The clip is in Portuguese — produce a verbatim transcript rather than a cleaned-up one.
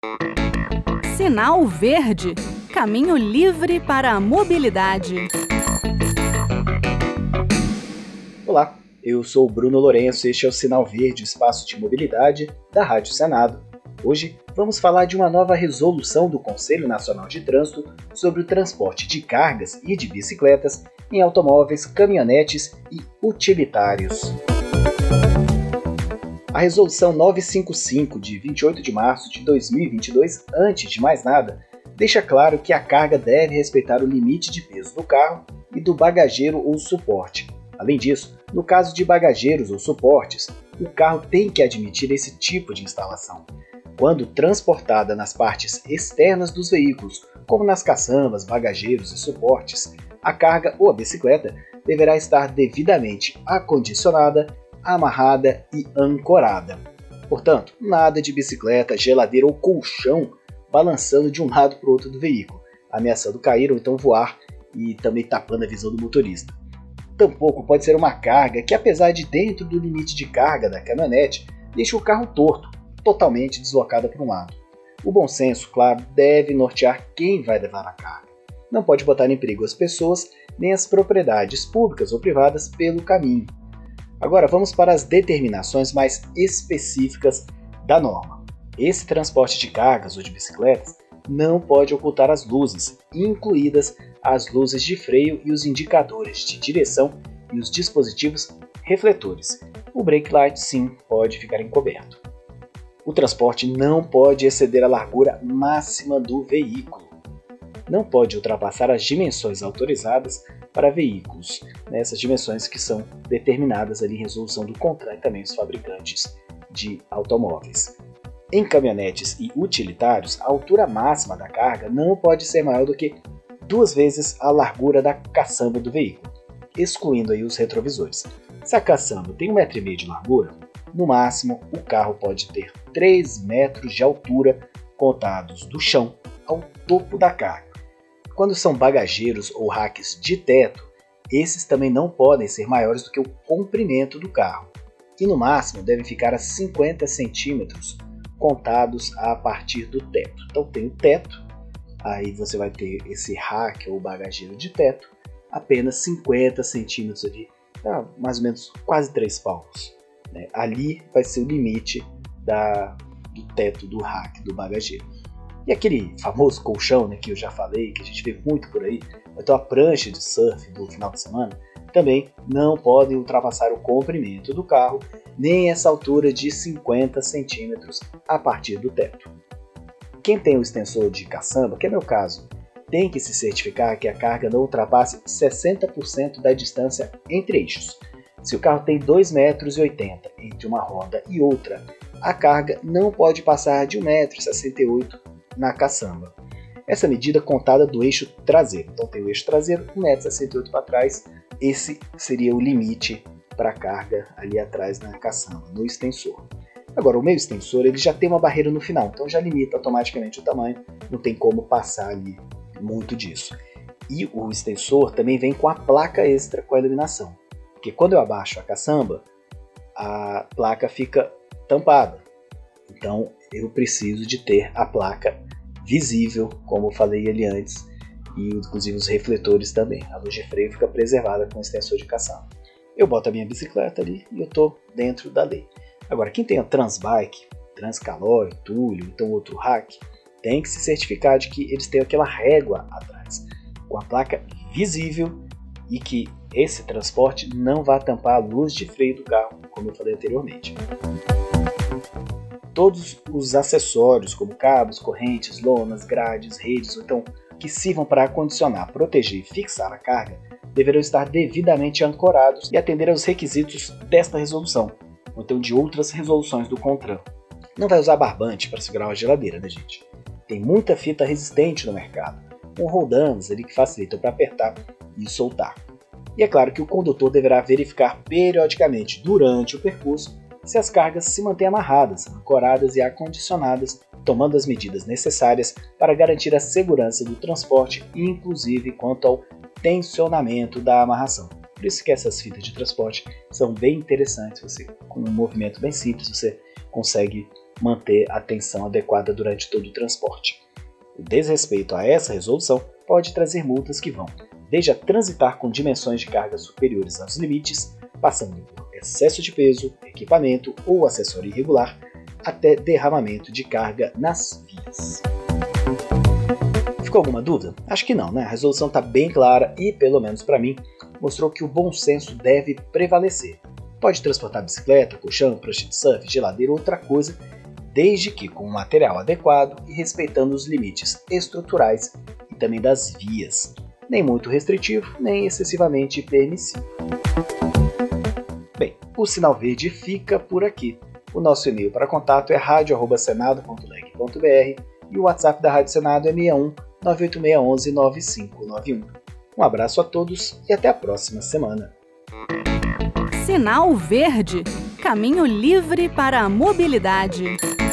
Sinal Verde, caminho livre para a mobilidade. Olá, eu sou o Bruno Lourenço e este é o Sinal Verde, o espaço de mobilidade da Rádio Senado. Hoje vamos falar de uma nova resolução do Conselho Nacional de Trânsito sobre o transporte de cargas e de bicicletas em automóveis, caminhonetes e utilitários. A Resolução novecentos e cinquenta e cinco, de vinte e oito de março de dois mil e vinte e dois, antes de mais nada, deixa claro que a carga deve respeitar o limite de peso do carro e do bagageiro ou suporte. Além disso, no caso de bagageiros ou suportes, o carro tem que admitir esse tipo de instalação. Quando transportada nas partes externas dos veículos, como nas caçambas, bagageiros e suportes, a carga ou a bicicleta deverá estar devidamente acondicionada, amarrada e ancorada. Portanto, nada de bicicleta, geladeira ou colchão balançando de um lado para o outro do veículo, ameaçando cair ou então voar e também tapando a visão do motorista. Tampouco pode ser uma carga que, apesar de dentro do limite de carga da caminhonete, deixe o carro torto, totalmente deslocada para um lado. O bom senso, claro, deve nortear quem vai levar a carga. Não pode botar em perigo as pessoas nem as propriedades públicas ou privadas pelo caminho. Agora vamos para as determinações mais específicas da norma. Esse transporte de cargas ou de bicicletas não pode ocultar as luzes, incluídas as luzes de freio e os indicadores de direção e os dispositivos refletores. O brake light, sim, pode ficar encoberto. O transporte não pode exceder a largura máxima do veículo. Não pode ultrapassar as dimensões autorizadas para veículos, né, essas dimensões que são determinadas ali em resolução do CONTRAN e também os fabricantes de automóveis. Em caminhonetes e utilitários, a altura máxima da carga não pode ser maior do que duas vezes a largura da caçamba do veículo, excluindo aí os retrovisores. Se a caçamba tem um metro e meio de largura, no máximo o carro pode ter três metros de altura contados do chão ao topo da carga. Quando são bagageiros ou racks de teto, esses também não podem ser maiores do que o comprimento do carro e no máximo devem ficar a cinquenta centímetros contados a partir do teto. Então tem o teto, aí você vai ter esse rack ou bagageiro de teto, apenas cinquenta centímetros ali, ah, mais ou menos quase três palmos. Né? Ali vai ser o limite da, do teto do rack, do bagageiro. E aquele famoso colchão, né, que eu já falei, que a gente vê muito por aí, então a prancha de surf do final de semana, também não podem ultrapassar o comprimento do carro, nem essa altura de cinquenta centímetros a partir do teto. Quem tem o extensor de caçamba, que é meu caso, tem que se certificar que a carga não ultrapasse sessenta por cento da distância entre eixos. Se o carro tem dois metros e oitenta entre uma roda e outra, a carga não pode passar de um metro e sessenta e oito na caçamba. Essa medida contada do eixo traseiro. Então tem o eixo traseiro, um metro e sessenta e oito para trás. Esse seria o limite para a carga ali atrás na caçamba, no extensor. Agora, o meio extensor ele já tem uma barreira no final, então já limita automaticamente o tamanho, não tem como passar ali muito disso. E o extensor também vem com a placa extra com a iluminação, porque quando eu abaixo a caçamba, a placa fica tampada. Então eu preciso de ter a placa visível, como eu falei ali antes, e inclusive os refletores também. A luz de freio fica preservada com o extensor de caçamba. Eu boto a minha bicicleta ali e eu estou dentro da lei. Agora, quem tem a Transbike, Transcalói, Túlio, então outro rack, tem que se certificar de que eles têm aquela régua atrás, com a placa visível e que esse transporte não vai tampar a luz de freio do carro, como eu falei anteriormente. Todos os acessórios, como cabos, correntes, lonas, grades, redes, ou então que sirvam para acondicionar, proteger e fixar a carga, deverão estar devidamente ancorados e atender aos requisitos desta resolução, ou então de outras resoluções do CONTRAN. Não vai usar barbante para segurar uma geladeira, né, gente? Tem muita fita resistente no mercado, com roldanas ali que facilitam para apertar e soltar. E é claro que o condutor deverá verificar periodicamente durante o percurso se as cargas se mantêm amarradas, ancoradas e acondicionadas, tomando as medidas necessárias para garantir a segurança do transporte, inclusive quanto ao tensionamento da amarração. Por isso que essas fitas de transporte são bem interessantes. Você, com um movimento bem simples, você consegue manter a tensão adequada durante todo o transporte. O desrespeito a essa resolução pode trazer multas que vão desde a transitar com dimensões de carga superiores aos limites, passando por excesso de peso, equipamento ou acessório irregular, até derramamento de carga nas vias. Ficou alguma dúvida? Acho que não, né? A resolução está bem clara e, pelo menos para mim, mostrou que o bom senso deve prevalecer. Pode transportar bicicleta, colchão, prancha de surf, geladeira ou outra coisa, desde que com um material adequado e respeitando os limites estruturais e também das vias. Nem muito restritivo, nem excessivamente permissivo. Bem, o Sinal Verde fica por aqui. O nosso e-mail para contato é radio arroba senado ponto leg ponto br e o WhatsApp da Rádio Senado é seis um nove oito seis um um nove cinco nove um. Um abraço a todos e até a próxima semana. Sinal Verde, caminho livre para a mobilidade.